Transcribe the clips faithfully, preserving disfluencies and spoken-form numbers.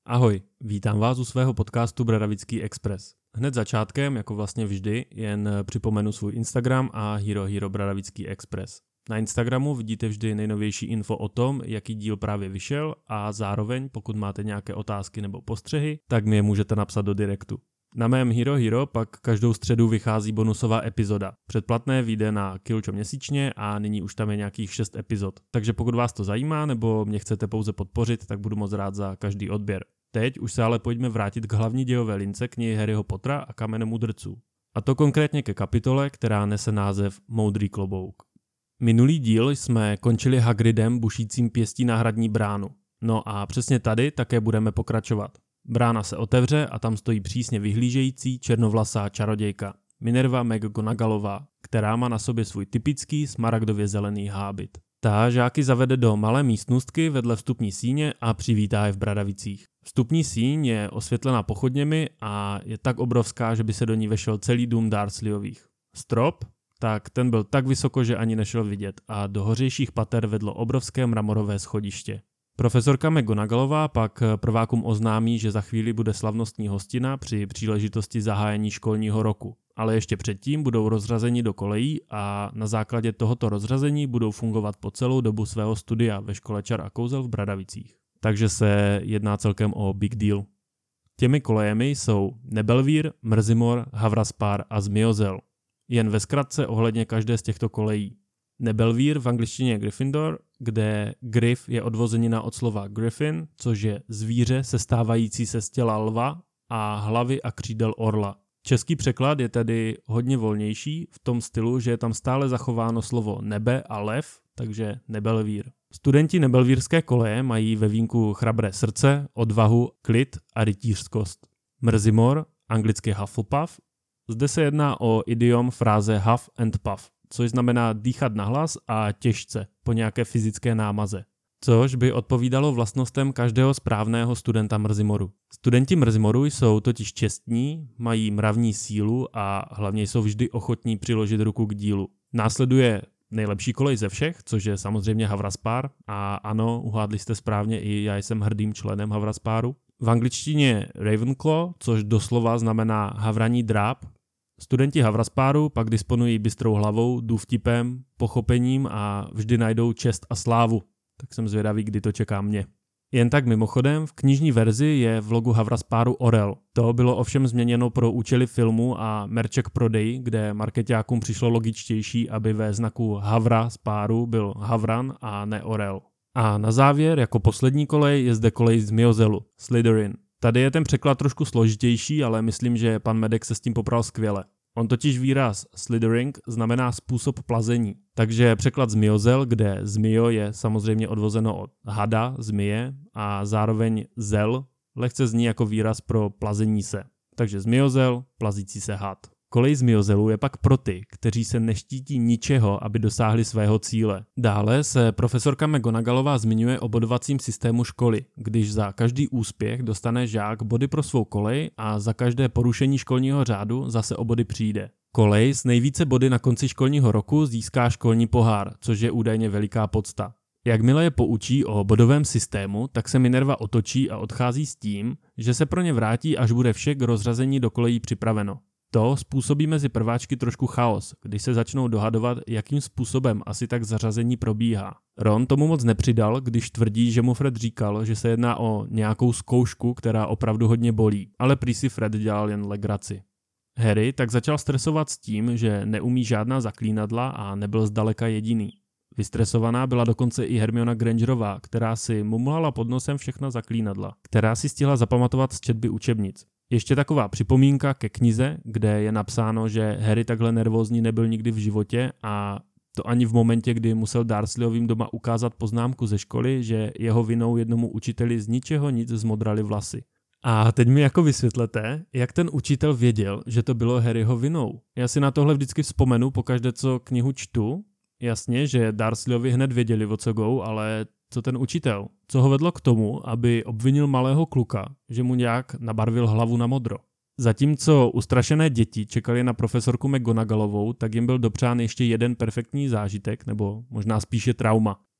Ahoj, vítám vás u svého podcastu Bradavický Express. Hned začátkem, jako vlastně vždy, jen připomenu svůj Instagram a Hero Hero Bradavický Express. Na Instagramu vidíte vždy nejnovější info o tom, jaký díl právě vyšel a zároveň, pokud máte nějaké otázky nebo postřehy, tak mi je můžete napsat do direktu. Na mém Hero Hero pak každou středu vychází bonusová epizoda. Předplatné vyjde na kilčo měsíčně a nyní už tam je nějakých šest epizod. Takže pokud vás to zajímá nebo mě chcete pouze podpořit, tak budu moc rád za každý odběr. Teď už se ale pojďme vrátit k hlavní dějové lince knihy Harryho Pottera a Kamene mudrců. A to konkrétně ke kapitole, která nese název Moudrý klobouk. Minulý díl jsme končili Hagridem bušícím pěstí na hradní bránu. No a přesně tady také budeme pokračovat. Brána se otevře a tam stojí přísně vyhlížející černovlasá čarodějka Minerva McGonagallová, která má na sobě svůj typický smaragdově zelený hábit. Ta žáky zavede do malé místnostky vedle vstupní síně a přivítá je v Bradavicích. Vstupní síň je osvětlena pochodněmi a je tak obrovská, že by se do ní vešel celý dům Dursleyových. Strop, tak ten byl tak vysoko, že ani nešel vidět a do hořejších pater vedlo obrovské mramorové schodiště. Profesorka McGonagallová pak prvákům oznámí, že za chvíli bude slavnostní hostina při příležitosti zahájení školního roku. Ale ještě předtím budou rozřazeni do kolejí a na základě tohoto rozřazení budou fungovat po celou dobu svého studia ve škole čar a kouzel v Bradavicích. Takže se jedná celkem o big deal. Těmi kolejemi jsou Nebelvír, Mrzimor, Havraspár a Zmiozel. Jen ve zkratce ohledně každé z těchto kolejí. Nebelvír v angličtině je Gryffindor, kde Gryff je odvozenina od slova Griffin, což je zvíře sestávající se z těla lva a hlavy a křídel orla. Český překlad je tedy hodně volnější v tom stylu, že je tam stále zachováno slovo nebe a lev, takže Nebelvír. Studenti nebelvírské koleje mají ve vínku chrabré srdce, odvahu, klid a rytířskost. Mrzimor, anglicky Hufflepuff, zde se jedná o idiom fráze huff and puff, což znamená dýchat nahlas a těžce po nějaké fyzické námaze. Což by odpovídalo vlastnostem každého správného studenta Mrzimoru. Studenti Mrzimoru jsou totiž čestní, mají mravní sílu a hlavně jsou vždy ochotní přiložit ruku k dílu. Následuje nejlepší kolej ze všech, což je samozřejmě Havraspár. A ano, uhádli jste správně, i já jsem hrdým členem Havraspáru. V angličtině Ravenclaw, což doslova znamená havraní dráp. Studenti Havraspáru pak disponují bystrou hlavou, důvtipem, pochopením a vždy najdou čest a slávu. Tak jsem zvědavý, kdy to čeká mě. Jen tak mimochodem, v knižní verzi je v logu Havraspáru orel. To bylo ovšem změněno pro účely filmu a merček prodej, kde markeťákům přišlo logičtější, aby ve znaku Havra Spáru byl Havran a ne orel. A na závěr, jako poslední kolej, je zde kolej z Miozelu, Slytherin. Tady je ten překlad trošku složitější, ale myslím, že pan Medek se s tím popral skvěle. On totiž výraz slithering znamená způsob plazení. Takže překlad Zmiozel, kde zmio je samozřejmě odvozeno od hada, zmije, a zároveň zel lehce zní jako výraz pro plazení se. Takže Zmiozel, plazící se had. Kolej Zmiozelu je pak pro ty, kteří se neštítí ničeho, aby dosáhli svého cíle. Dále se profesorka McGonagallová zmiňuje o bodovacím systému školy, když za každý úspěch dostane žák body pro svou kolej a za každé porušení školního řádu zase o body přijde. Kolej s nejvíce body na konci školního roku získá školní pohár, což je údajně veliká podsta. Jakmile je poučí o bodovém systému, tak se Minerva otočí a odchází s tím, že se pro ně vrátí, až bude vše k rozřazení do kolejí připraveno. To způsobí mezi prváčky trošku chaos, když se začnou dohadovat, jakým způsobem asi tak zařazení probíhá. Ron tomu moc nepřidal, když tvrdí, že mu Fred říkal, že se jedná o nějakou zkoušku, která opravdu hodně bolí, ale prý si Fred dělal jen legraci. Harry tak začal stresovat s tím, že neumí žádná zaklínadla a nebyl zdaleka jediný. Vystresovaná byla dokonce i Hermiona Grangerová, která si mumlala pod nosem všechna zaklínadla, která si stihla zapamatovat z četby učebnic. Ještě taková připomínka ke knize, kde je napsáno, že Harry takhle nervózní nebyl nikdy v životě a to ani v momentě, kdy musel Dursleyovým doma ukázat poznámku ze školy, že jeho vinou jednomu učiteli z ničeho nic zmodraly vlasy. A teď mi jako vysvětlete, jak ten učitel věděl, že to bylo Harryho vinou. Já si na tohle vždycky vzpomenu pokaždé, co knihu čtu. Jasně, že Dursleyovi hned věděli, o co go, ale co ten učitel? Co ho vedlo k tomu, aby obvinil malého kluka, že mu nějak nabarvil hlavu na modro? Zatímco ustrašené děti čekali na profesorku McGonagallovou, tak jim byl dopřán ještě jeden perfektní zážitek, nebo možná spíše trauma.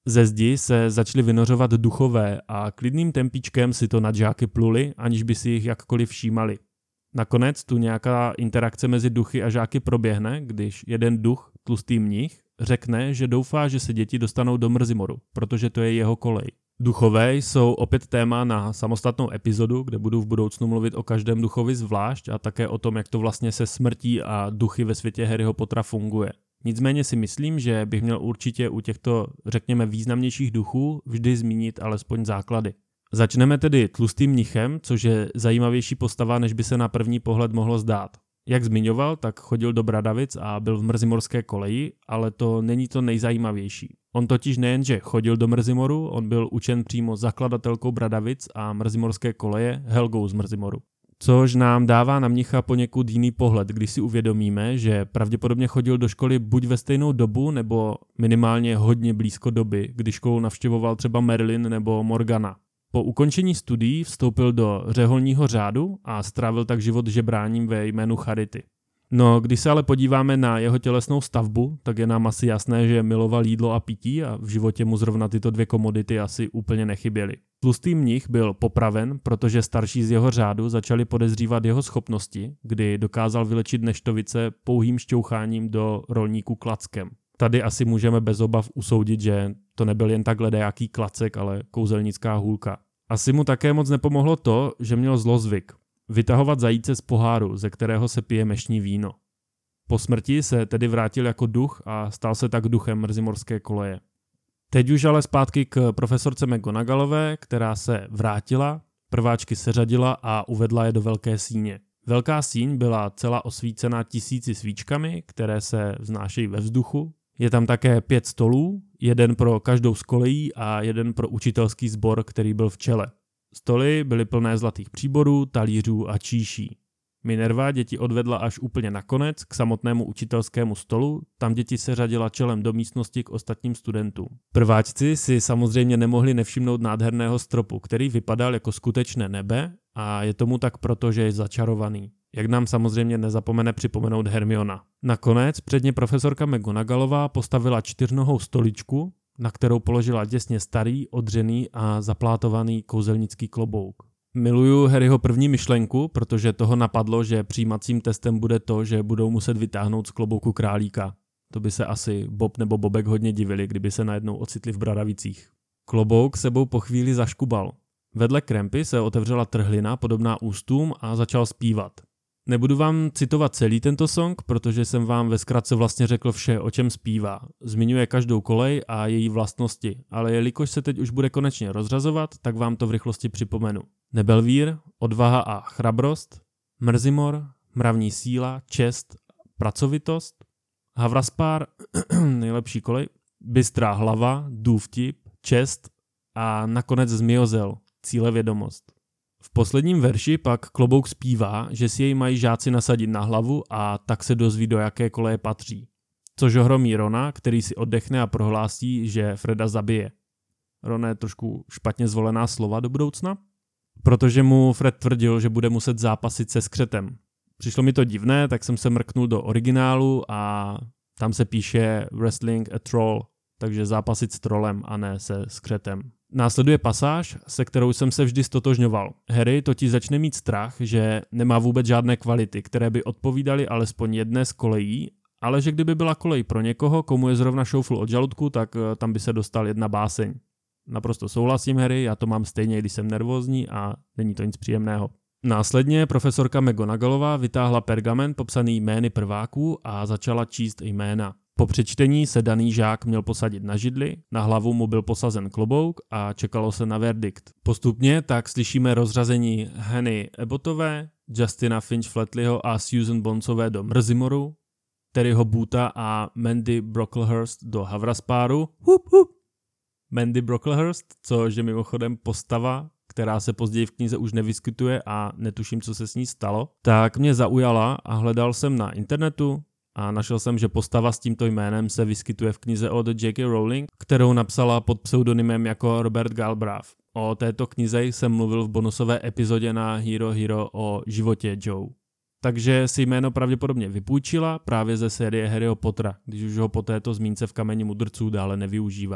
Ze zdi se začaly vynořovat duchové a klidným tempíčkem si to nad žáky pluli, aniž by si jich jakkoliv všímali. Nakonec tu nějaká interakce mezi duchy a žáky proběhne, když jeden duch, tlustý mnich, řekne, že doufá, že se děti dostanou do Mrzimoru, protože to je jeho kolej. Duchové jsou opět téma na samostatnou epizodu, kde budu v budoucnu mluvit o každém duchovi zvlášť a také o tom, jak to vlastně se smrtí a duchy ve světě Harryho Pottera funguje. Nicméně si myslím, že bych měl určitě u těchto, řekněme, významnějších duchů vždy zmínit alespoň základy. Začneme tedy tlustým mnichem, což je zajímavější postava, než by se na první pohled mohlo zdát. Jak zmiňoval, tak chodil do Bradavic a byl v Mrzimorské koleji, ale to není to nejzajímavější. On totiž nejenže chodil do Mrzimoru, on byl učen přímo zakladatelkou Bradavic a Mrzimorské koleje Helgou z Mrzimoru. Což nám dává na mnicha poněkud jiný pohled, když si uvědomíme, že pravděpodobně chodil do školy buď ve stejnou dobu, nebo minimálně hodně blízko doby, kdy školu navštěvoval třeba Merlin nebo Morgana. Po ukončení studií vstoupil do řeholního řádu a strávil tak život žebráním ve jménu charity. No, když se ale podíváme na jeho tělesnou stavbu, tak je nám asi jasné, že miloval jídlo a pití a v životě mu zrovna tyto dvě komodity asi úplně nechyběly. Tlustý mnich byl popraven, protože starší z jeho řádu začali podezřívat jeho schopnosti, kdy dokázal vylečit neštovice pouhým šťoucháním do rolníku klackem. Tady asi můžeme bez obav usoudit, že to nebyl jen tak ledajaký klacek, ale kouzelnická hůlka. Asi mu také moc nepomohlo to, že měl zlozvyk. Vytahovat zajíce z poháru, ze kterého se pije mešní víno. Po smrti se tedy vrátil jako duch a stal se tak duchem Mrzimorské koleje. Teď už ale zpátky k profesorce McGonagallové, která se vrátila, prváčky seřadila a uvedla je do velké síně. Velká síň byla celá osvícena tisíci svíčkami, které se vznášejí ve vzduchu. Je tam také pět stolů, jeden pro každou z kolejí a jeden pro učitelský sbor, který byl v čele. Stoly byly plné zlatých příborů, talířů a číší. Minerva děti odvedla až úplně nakonec k samotnému učitelskému stolu, tam děti se řadila čelem do místnosti k ostatním studentům. Prváčci si samozřejmě nemohli nevšimnout nádherného stropu, který vypadal jako skutečné nebe a je tomu tak proto, že je začarovaný. Jak nám samozřejmě nezapomene připomenout Hermiona. Nakonec předně profesorka McGonagallová postavila čtyřnohou stoličku, na kterou položila děsně starý, odřený a zaplátovaný kouzelnický klobouk. Miluju Harryho první myšlenku, protože toho napadlo, že přijímacím testem bude to, že budou muset vytáhnout z klobouku králíka. To by se asi Bob nebo Bobek hodně divili, kdyby se najednou ocitli v Bradavicích. Klobouk sebou po chvíli zaškubal. Vedle krempy se otevřela trhlina podobná ústům a začal zpívat. Nebudu vám citovat celý tento song, protože jsem vám ve zkratce vlastně řekl vše, o čem zpívá. Zmiňuje každou kolej a její vlastnosti, ale jelikož se teď už bude konečně rozřazovat, tak vám to v rychlosti připomenu. Nebelvír, odvaha a chrabrost, Mrzimor, mravní síla, čest, pracovitost, Havraspár, nejlepší kolej, bystrá hlava, důvtip, čest a nakonec Zmiozel, cílevědomost. V posledním verši pak klobouk zpívá, že si jej mají žáci nasadit na hlavu a tak se dozví, do jaké koleje patří. Což ohromí Rona, který si oddechne a prohlásí, že Freda zabije. Ron je trošku špatně zvolená slova do budoucna, protože mu Fred tvrdil, že bude muset zápasit se skřetem. Přišlo mi to divné, tak jsem se mrknul do originálu a tam se píše wrestling a troll, takže zápasit s trolem a ne se skřetem. Následuje pasáž, se kterou jsem se vždy stotožňoval. Harry totiž začne mít strach, že nemá vůbec žádné kvality, které by odpovídaly alespoň jedné z kolejí, ale že kdyby byla kolej pro někoho, komu je zrovna šoufl od žaludku, tak tam by se dostal jedna báseň. Naprosto souhlasím, Harry, já to mám stejně, když jsem nervózní a není to nic příjemného. Následně profesorka McGonagallová vytáhla pergament popsaný jmény prváků a začala číst jména. Po přečtení se daný žák měl posadit na židli, na hlavu mu byl posazen klobouk a čekalo se na verdikt. Postupně tak slyšíme rozřazení Henny Abbottové, Justina Finch-Fletleyho a Susan Bonesové do Mrzimoru, Terryho Boota a Mandy Brocklehurst do Havraspáru. Hup, hup. Mandy Brocklehurst, což je mimochodem postava, která se později v knize už nevyskytuje a netuším, co se s ní stalo, tak mě zaujala a hledal jsem na internetu a našel jsem, že postava s tímto jménem se vyskytuje v knize od J K Rowling, kterou napsala pod pseudonymem jako Robert Galbraith. O této knize jsem mluvil v bonusové epizodě na Hero Hero o životě Joe. Takže si jméno pravděpodobně vypůjčila právě ze série Harryho Pottera, když už ho po této zmínce v Kameni mudrců dále nevyužívá.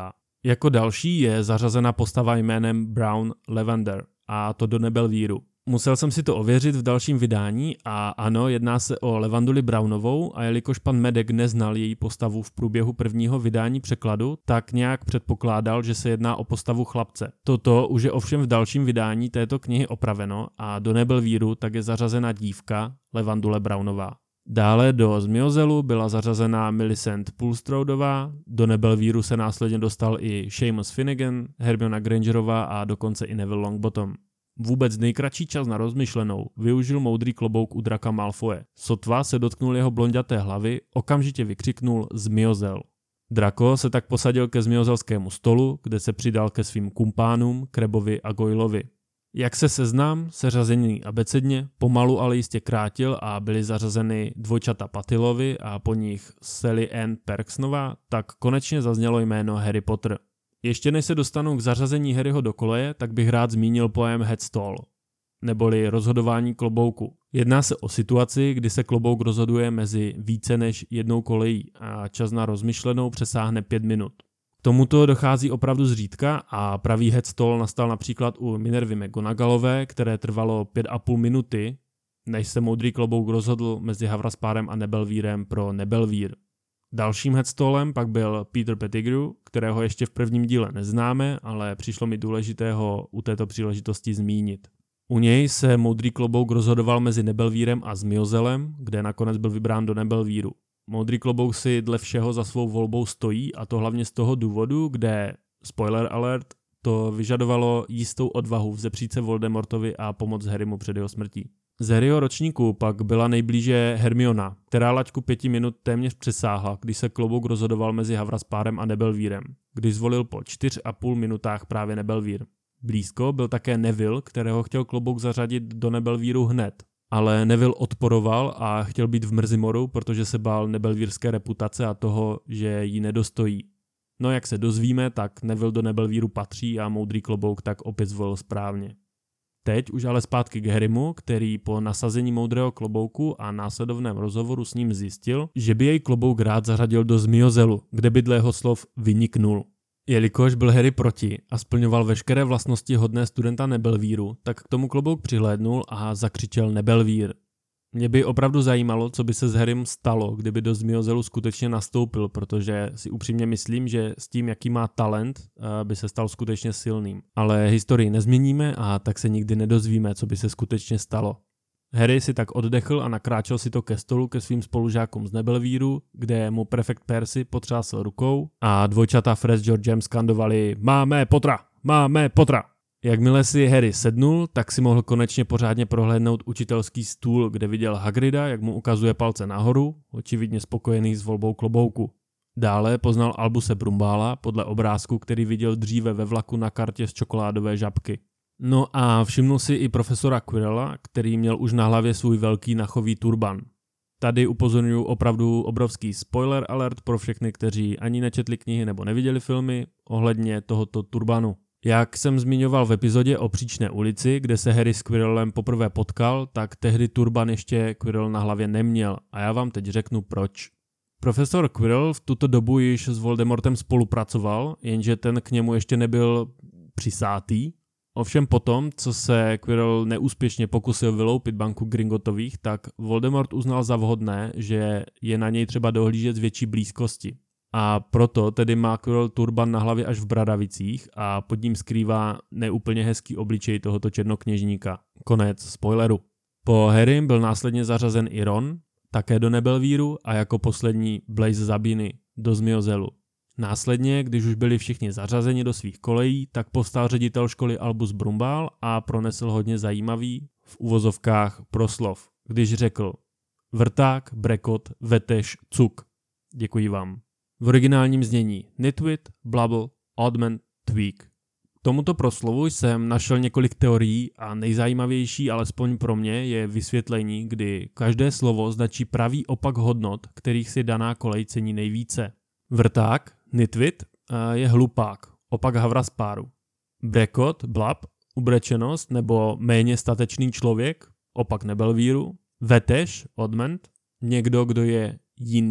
Jako další je zařazena postava jménem Brown Lavender, a to do Nebelvíru. Musel jsem si to ověřit v dalším vydání a ano, jedná se o Levanduli Brownovou a jelikož pan Medek neznal její postavu v průběhu prvního vydání překladu, tak nějak předpokládal, že se jedná o postavu chlapce. Toto už je ovšem v dalším vydání této knihy opraveno a do Nebelvíru tak je zařazena dívka Levandule Brownová. Dále do Zmiozelu byla zařazena Millicent Bulstroudová, do Nebelvíru se následně dostal i Seamus Finnegan, Hermiona Grangerová a dokonce i Neville Longbottom. Vůbec nejkratší čas na rozmyšlenou využil moudrý klobouk u Draka Malfoje. Sotva se dotknul jeho blonďaté hlavy, okamžitě vykřiknul Zmiozel. Draco se tak posadil ke zmiozelskému stolu, kde se přidal ke svým kumpánům Crabbovi a Goylovi. Jak se seznam, seřazený abecedně, pomalu ale jistě krátil a byly zařazeny dvojčata Patillovi a po nich Sally Ann Perksnová, tak konečně zaznělo jméno Harry Potter. Ještě než se dostanu k zařazení Harryho do koleje, tak bych rád zmínil pojem headstall, neboli rozhodování klobouku. Jedná se o situaci, kdy se klobouk rozhoduje mezi více než jednou kolejí a čas na rozmyšlenou přesáhne pět minut. K tomuto dochází opravdu zřídka a pravý headstall nastal například u Minervy McGonagallové, které trvalo pět a půl minuty, než se moudrý klobouk rozhodl mezi Havraspárem a Nebelvírem pro Nebelvír. Dalším headstallem pak byl Peter Pettigrew, kterého ještě v prvním díle neznáme, ale přišlo mi důležité ho u této příležitosti zmínit. U něj se moudrý klobouk rozhodoval mezi Nebelvírem a Zmiozelem, kde nakonec byl vybrán do Nebelvíru. Moudrý klobouk si dle všeho za svou volbou stojí a to hlavně z toho důvodu, kde, spoiler alert, to vyžadovalo jistou odvahu vzepřít se Voldemortovi a pomoct Harrymu před jeho smrtí. Z Harryho ročníku pak byla nejblíže Hermiona, která laťku pěti minut téměř přesáhla, když se klobouk rozhodoval mezi Havraspárem a Nebelvírem, když zvolil po čtyř a půl minutách právě Nebelvír. Blízko byl také Neville, kterého chtěl klobouk zařadit do Nebelvíru hned, ale Neville odporoval a chtěl být v Mrzimoru, protože se bál nebelvírské reputace a toho, že ji nedostojí. No jak se dozvíme, tak Neville do Nebelvíru patří a moudrý klobouk tak opět zvolil správně. Teď už ale zpátky k Harrymu, který po nasazení moudrého klobouku a následovném rozhovoru s ním zjistil, že by jej klobouk rád zařadil do Zmiozelu, kde by dle jeho slov vyniknul. Jelikož byl Harry proti a splňoval veškeré vlastnosti hodné studenta Nebelvíru, tak k tomu klobouk přihlédnul a zakřičel Nebelvír. Mě by opravdu zajímalo, co by se s Harrym stalo, kdyby do Zmiozelu skutečně nastoupil, protože si upřímně myslím, že s tím, jaký má talent, by se stal skutečně silným. Ale historii nezměníme a tak se nikdy nedozvíme, co by se skutečně stalo. Harry si tak oddechl a nakráčel si to ke stolu ke svým spolužákům z Nebelvíru, kde mu prefekt Percy potřásl rukou a dvojčata Fred s Georgem skandovali Máme Pottera! Máme Pottera! Jakmile si Harry sednul, tak si mohl konečně pořádně prohlédnout učitelský stůl, kde viděl Hagrida, jak mu ukazuje palce nahoru, očividně spokojený s volbou klobouku. Dále poznal Albuse Brumbála podle obrázku, který viděl dříve ve vlaku na kartě z čokoládové žabky. No a všimnul si i profesora Quirrella, který měl už na hlavě svůj velký nachový turban. Tady upozorňuji opravdu obrovský spoiler alert pro všechny, kteří ani nečetli knihy nebo neviděli filmy ohledně tohoto turbanu. Jak jsem zmiňoval v epizodě o Příčné ulici, kde se Harry s Quirrellem poprvé potkal, tak tehdy turban ještě Quirrell na hlavě neměl a já vám teď řeknu proč. Profesor Quirrell v tuto dobu již s Voldemortem spolupracoval, jenže ten k němu ještě nebyl přisátý. Ovšem potom, co se Quirrell neúspěšně pokusil vyloupit banku Gringottových, tak Voldemort uznal za vhodné, že je na něj třeba dohlížet z větší blízkosti. A proto tedy má Quirrell turban na hlavě až v bradavicích a pod ním skrývá neúplně hezký obličej tohoto černokněžníka. Konec spoileru. Po Harrym byl následně zařazen i Ron, také do Nebelvíru a jako poslední Blaise Zabini do Zmiozelu. Následně, když už byli všichni zařazeni do svých kolejí, tak povstal ředitel školy Albus Brumbál a pronesl hodně zajímavý, v uvozovkách, proslov, když řekl vrták, brekot, veteš, cuk. Děkuji vám. V originálním znění nitwit, blabble, oddman, tweak. K tomuto proslovu jsem našel několik teorií a nejzajímavější, alespoň pro mě, je vysvětlení, kdy každé slovo značí pravý opak hodnot, kterých si daná kolej cení nejvíce. Vrták, nitwit, je hlupák, opak Havraspáru. Brekot, blab, ubrečenost nebo méně statečný člověk, opak Nebelvíru. Veteš, odment, někdo, kdo je jiný,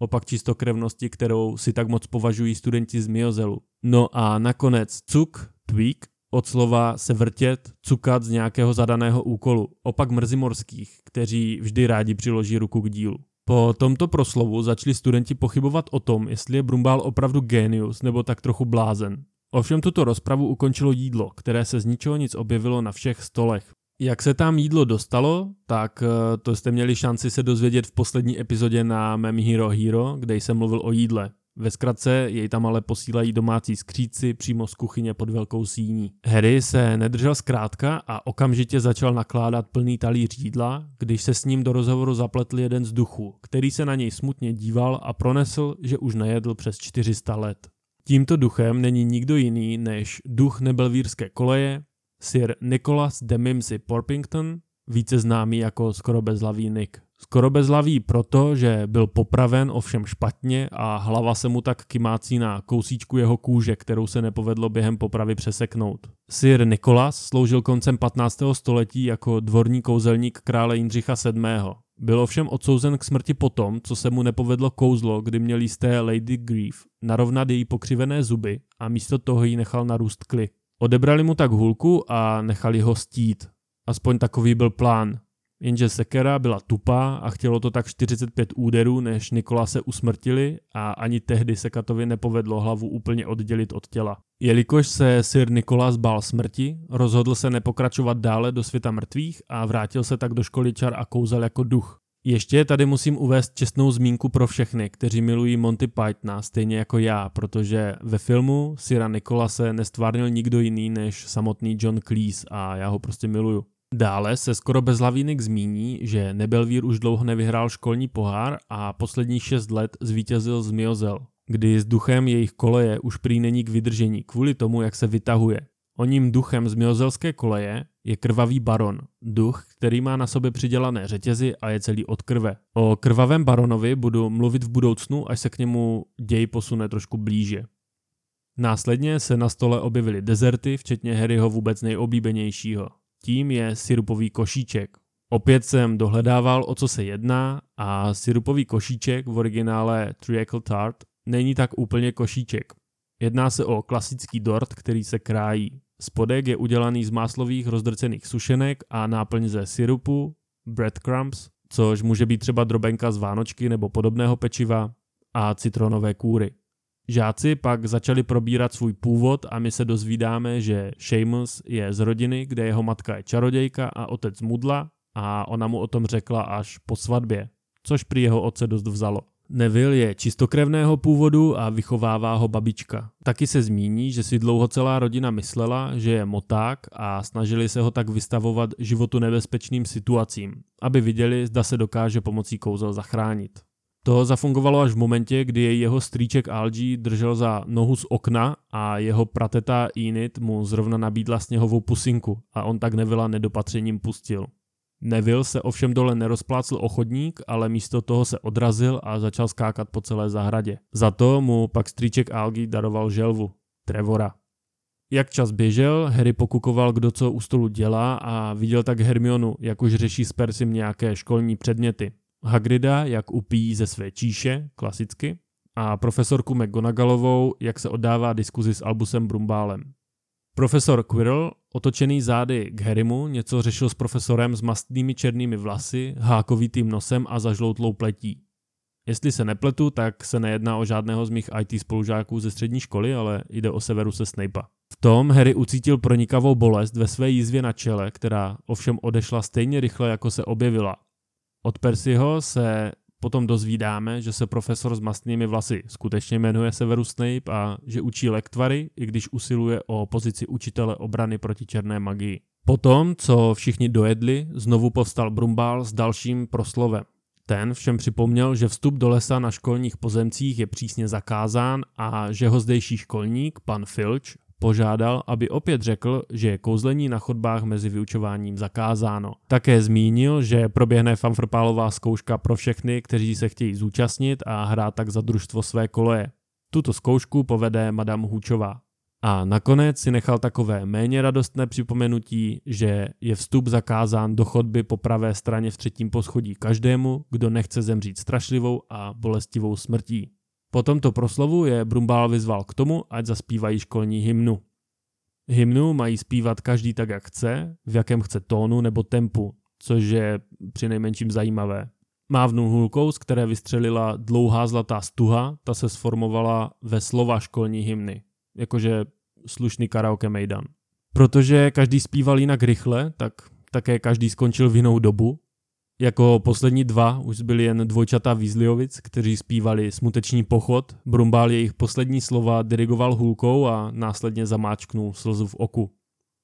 opak čistokrevnosti, kterou si tak moc považují studenti z Miozelu. No a nakonec cuk, tweak, od slova se vrtět, cukat z nějakého zadaného úkolu, opak mrzimorských, kteří vždy rádi přiloží ruku k dílu. Po tomto proslovu začali studenti pochybovat o tom, jestli je Brumbál opravdu génius nebo tak trochu blázen. Ovšem tuto rozpravu ukončilo jídlo, které se z ničeho nic objevilo na všech stolech. Jak se tam jídlo dostalo, tak to jste měli šanci se dozvědět v poslední epizodě na mém Hero Hero, kde jsem mluvil o jídle. Ve zkratce jej tam ale posílají domácí skřídci přímo z kuchyně pod velkou síní. Harry se nedržel zkrátka a okamžitě začal nakládat plný talíř jídla, když se s ním do rozhovoru zapletl jeden z duchů, který se na něj smutně díval a pronesl, že už nejedl přes čtyři sta let. Tímto duchem není nikdo jiný než duch nebelvírské koleje, Sir Nicholas de Mimsy Porpington, více známý jako skoro bezhlavý Nick. Skoro bezhlavý proto, že byl popraven ovšem špatně a hlava se mu tak kymácí na kousíčku jeho kůže, kterou se nepovedlo během popravy přeseknout. Sir Nicholas sloužil koncem patnáctého století jako dvorní kouzelník krále Jindřicha sedmého. Byl ovšem odsouzen k smrti potom, co se mu nepovedlo kouzlo, kdy měl jisté Lady Grief narovnat její pokřivené zuby a místo toho jí nechal narůst kly. Odebrali mu tak hůlku a nechali ho stít. Aspoň takový byl plán. Jenže sekera byla tupá a chtělo to tak čtyřicet pět úderů, než Nikolase usmrtili a ani tehdy se Katovi nepovedlo hlavu úplně oddělit od těla. Jelikož se Sir Nicholas bál smrti, rozhodl se nepokračovat dále do světa mrtvých a vrátil se tak do školy čar a kouzel jako duch. Ještě tady musím uvést čestnou zmínku pro všechny, kteří milují Monty Pythona stejně jako já, protože ve filmu Sira Nicholase nestvárnil nikdo jiný než samotný John Cleese a já ho prostě miluju. Dále se skoro bezhlavý Nick zmíní, že Nebelvír už dlouho nevyhrál školní pohár a posledních šest let zvítězil z Miozel, kdy s duchem jejich koleje už prý není k vydržení kvůli tomu, jak se vytahuje. Oním duchem z miozelské koleje je krvavý baron, duch, který má na sobě přidělané řetězy a je celý od krve. O krvavém baronovi budu mluvit v budoucnu, až se k němu děj posune trošku blíže. Následně se na stole objevily dezerty, včetně Harryho vůbec nejoblíbenějšího. Tím je sirupový košíček. Opět jsem dohledával, o co se jedná a sirupový košíček v originále Treacle Tart není tak úplně košíček. Jedná se o klasický dort, který se krájí. Spodek je udělaný z máslových rozdrcených sušenek a náplň ze sirupu, breadcrumbs, což může být třeba drobenka z vánočky nebo podobného pečiva, a citronové kůry. Žáci pak začali probírat svůj původ a my se dozvídáme, že Seamus je z rodiny, kde jeho matka je čarodějka a otec mudla a ona mu o tom řekla až po svatbě, což prý jeho otce dost vzalo. Neville je čistokrevného původu a vychovává ho babička. Taky se zmíní, že si dlouho celá rodina myslela, že je moták a snažili se ho tak vystavovat životu nebezpečným situacím, aby viděli, zda se dokáže pomocí kouzel zachránit. To zafungovalo až v momentě, kdy jej jeho strýček Algie držel za nohu z okna a jeho prateta Enid mu zrovna nabídla sněhovou pusinku a on tak Nevilla nedopatřením pustil. Neville se ovšem dole nerozplácl o chodník, ale místo toho se odrazil a začal skákat po celé zahradě. Za to mu pak strýček Algie daroval želvu, Trevora. Jak čas běžel, Harry pokukoval, kdo co u stolu dělá a viděl tak Hermionu, jak už řeší s Percym nějaké školní předměty. Hagrida, jak upíjí ze své číše, klasicky, a profesorku McGonagallovou, jak se oddává diskuzi s Albusem Brumbálem. Profesor Quirrell, otočený zády k Harrymu, něco řešil s profesorem s mastnými černými vlasy, hákovitým nosem a zažloutlou pletí. Jestli se nepletu, tak se nejedná o žádného z mých í té spolužáků ze střední školy, ale jde o Severuse Snape'a. V tom Harry ucítil pronikavou bolest ve své jízvě na čele, která ovšem odešla stejně rychle, jako se objevila. Od Percyho se potom dozvídáme, že se profesor s mastnými vlasy skutečně jmenuje Severus Snape a že učí lektvary, i když usiluje o pozici učitele obrany proti černé magii. Potom, co všichni dojedli, znovu povstal Brumbál s dalším proslovem. Ten všem připomněl, že vstup do lesa na školních pozemcích je přísně zakázán a že ho zdejší školník, pan Filch, požádal, aby opět řekl, že je kouzlení na chodbách mezi vyučováním zakázáno. Také zmínil, že proběhne fanfrpálová zkouška pro všechny, kteří se chtějí zúčastnit a hrát tak za družstvo své koleje. Tuto zkoušku povede Madame Hoočová. A nakonec si nechal takové méně radostné připomenutí, že je vstup zakázán do chodby po pravé straně v třetím poschodí každému, kdo nechce zemřít strašlivou a bolestivou smrtí. Po tomto proslovu je Brumbál vyzval k tomu, ať zaspívají školní hymnu. Hymnu mají zpívat každý tak, jak chce, v jakém chce tónu nebo tempu, což je přinejmenším zajímavé. Mávnul hůlkou, z které vystřelila dlouhá zlatá stuha, ta se sformovala ve slova školní hymny, jakože slušný karaoke mejdan. Protože každý zpíval jinak rychle, tak také každý skončil v jinou dobu. Jako poslední dva už zbyli jen dvojčata Weasleyovic, kteří zpívali Smuteční pochod. Brumbál jejich poslední slova dirigoval hůlkou a následně zamáčknul slzu v oku.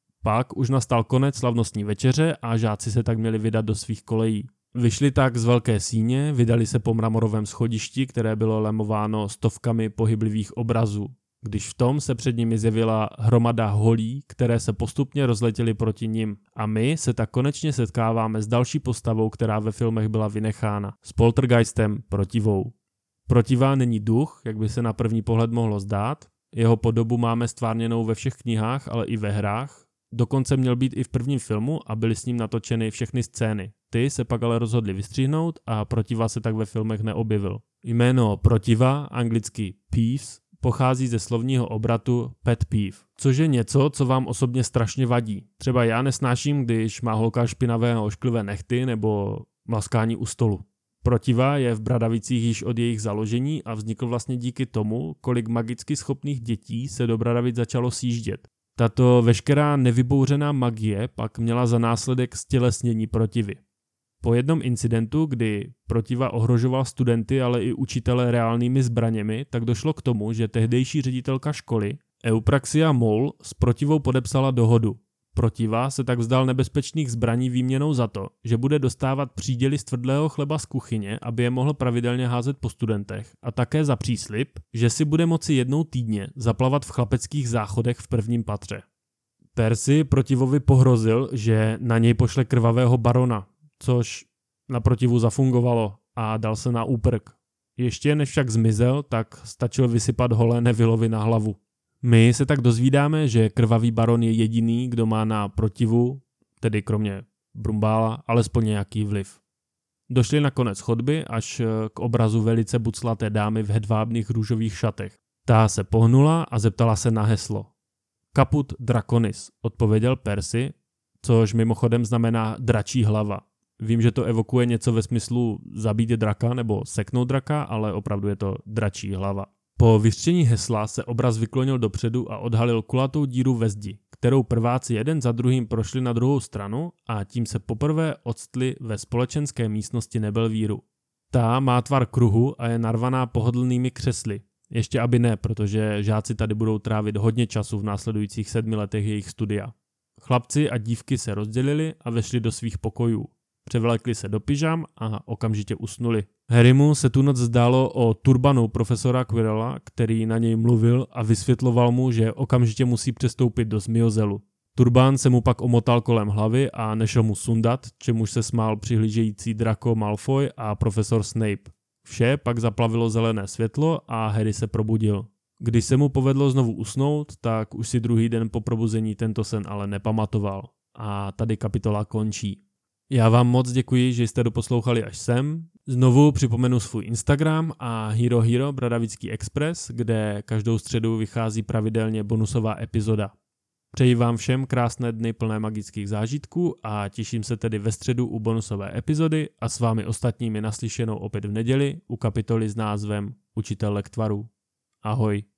Pak už nastal konec slavnostní večeře a žáci se tak měli vydat do svých kolejí. Vyšli tak z velké síně, vydali se po mramorovém schodišti, které bylo lemováno stovkami pohyblivých obrazů. Když v tom se před nimi zjevila hromada holí, které se postupně rozletěly proti nim. A my se tak konečně setkáváme s další postavou, která ve filmech byla vynechána. S poltergeistem Protivou. Protiva není duch, jak by se na první pohled mohlo zdát. Jeho podobu máme stvárněnou ve všech knihách, ale i ve hrách. Dokonce měl být i v prvním filmu a byly s ním natočeny všechny scény. Ty se pak ale rozhodli vystřihnout a Protiva se tak ve filmech neobjevil. Jméno Protiva, anglicky Peeves, pochází ze slovního obratu pet peeve, což je něco, co vám osobně strašně vadí. Třeba já nesnáším, když má holka špinavé a ošklivé nehty nebo mlaskání u stolu. Protiva je v Bradavicích již od jejich založení a vznikl vlastně díky tomu, kolik magicky schopných dětí se do Bradavic začalo sjíždět. Tato veškerá nevybouřená magie pak měla za následek stělesnění Protivy. Po jednom incidentu, kdy Protiva ohrožoval studenty, ale i učitele reálnými zbraněmi, tak došlo k tomu, že tehdejší ředitelka školy, Eupraxia Mole, s Protivou podepsala dohodu. Protiva se tak vzdal nebezpečných zbraní výměnou za to, že bude dostávat příděly z tvrdlého chleba z kuchyně, aby je mohl pravidelně házet po studentech, a také za příslib, že si bude moci jednou týdně zaplavat v chlapeckých záchodech v prvním patře. Percy Protivovi pohrozil, že na něj pošle krvavého barona, což na Protivu zafungovalo a dal se na úprk. Ještě než však zmizel, tak stačil vysypat holé Nevillovi na hlavu. My se tak dozvídáme, že krvavý baron je jediný, kdo má na Protivu, tedy kromě Brumbála, alespoň nějaký vliv. Došli na konec chodby až k obrazu velice buclaté dámy v hedvábných růžových šatech. Ta se pohnula a zeptala se na heslo. Caput Draconis, odpověděl Percy, což mimochodem znamená dračí hlava. Vím, že to evokuje něco ve smyslu zabít draka nebo seknout draka, ale opravdu je to dračí hlava. Po vyřčení hesla se obraz vyklonil dopředu a odhalil kulatou díru ve zdi, kterou prváci jeden za druhým prošli na druhou stranu a tím se poprvé odstli ve společenské místnosti Nebelvíru. Ta má tvar kruhu a je narvaná pohodlnými křesly. Ještě aby ne, protože žáci tady budou trávit hodně času v následujících sedmi letech jejich studia. Chlapci a dívky se rozdělili a vešli do svých pokojů. Převlékli se do pyžam a okamžitě usnuli. Harrymu se tu noc zdálo o turbanu profesora Quirrella, který na něj mluvil a vysvětloval mu, že okamžitě musí přestoupit do zmiozelu. Turbán se mu pak omotal kolem hlavy a nešel mu sundat, čemuž se smál přihlížející Draco Malfoy a profesor Snape. Vše pak zaplavilo zelené světlo a Harry se probudil. Když se mu povedlo znovu usnout, tak už si druhý den po probuzení tento sen ale nepamatoval. A tady kapitola končí. Já vám moc děkuji, že jste doposlouchali až sem. Znovu připomenu svůj Instagram a Hero Hero Bradavický Express, kde každou středu vychází pravidelně bonusová epizoda. Přeji vám všem krásné dny plné magických zážitků a těším se tedy ve středu u bonusové epizody a s vámi ostatními naslyšenou opět v neděli u kapitoly s názvem Učitel lektvarů. Ahoj.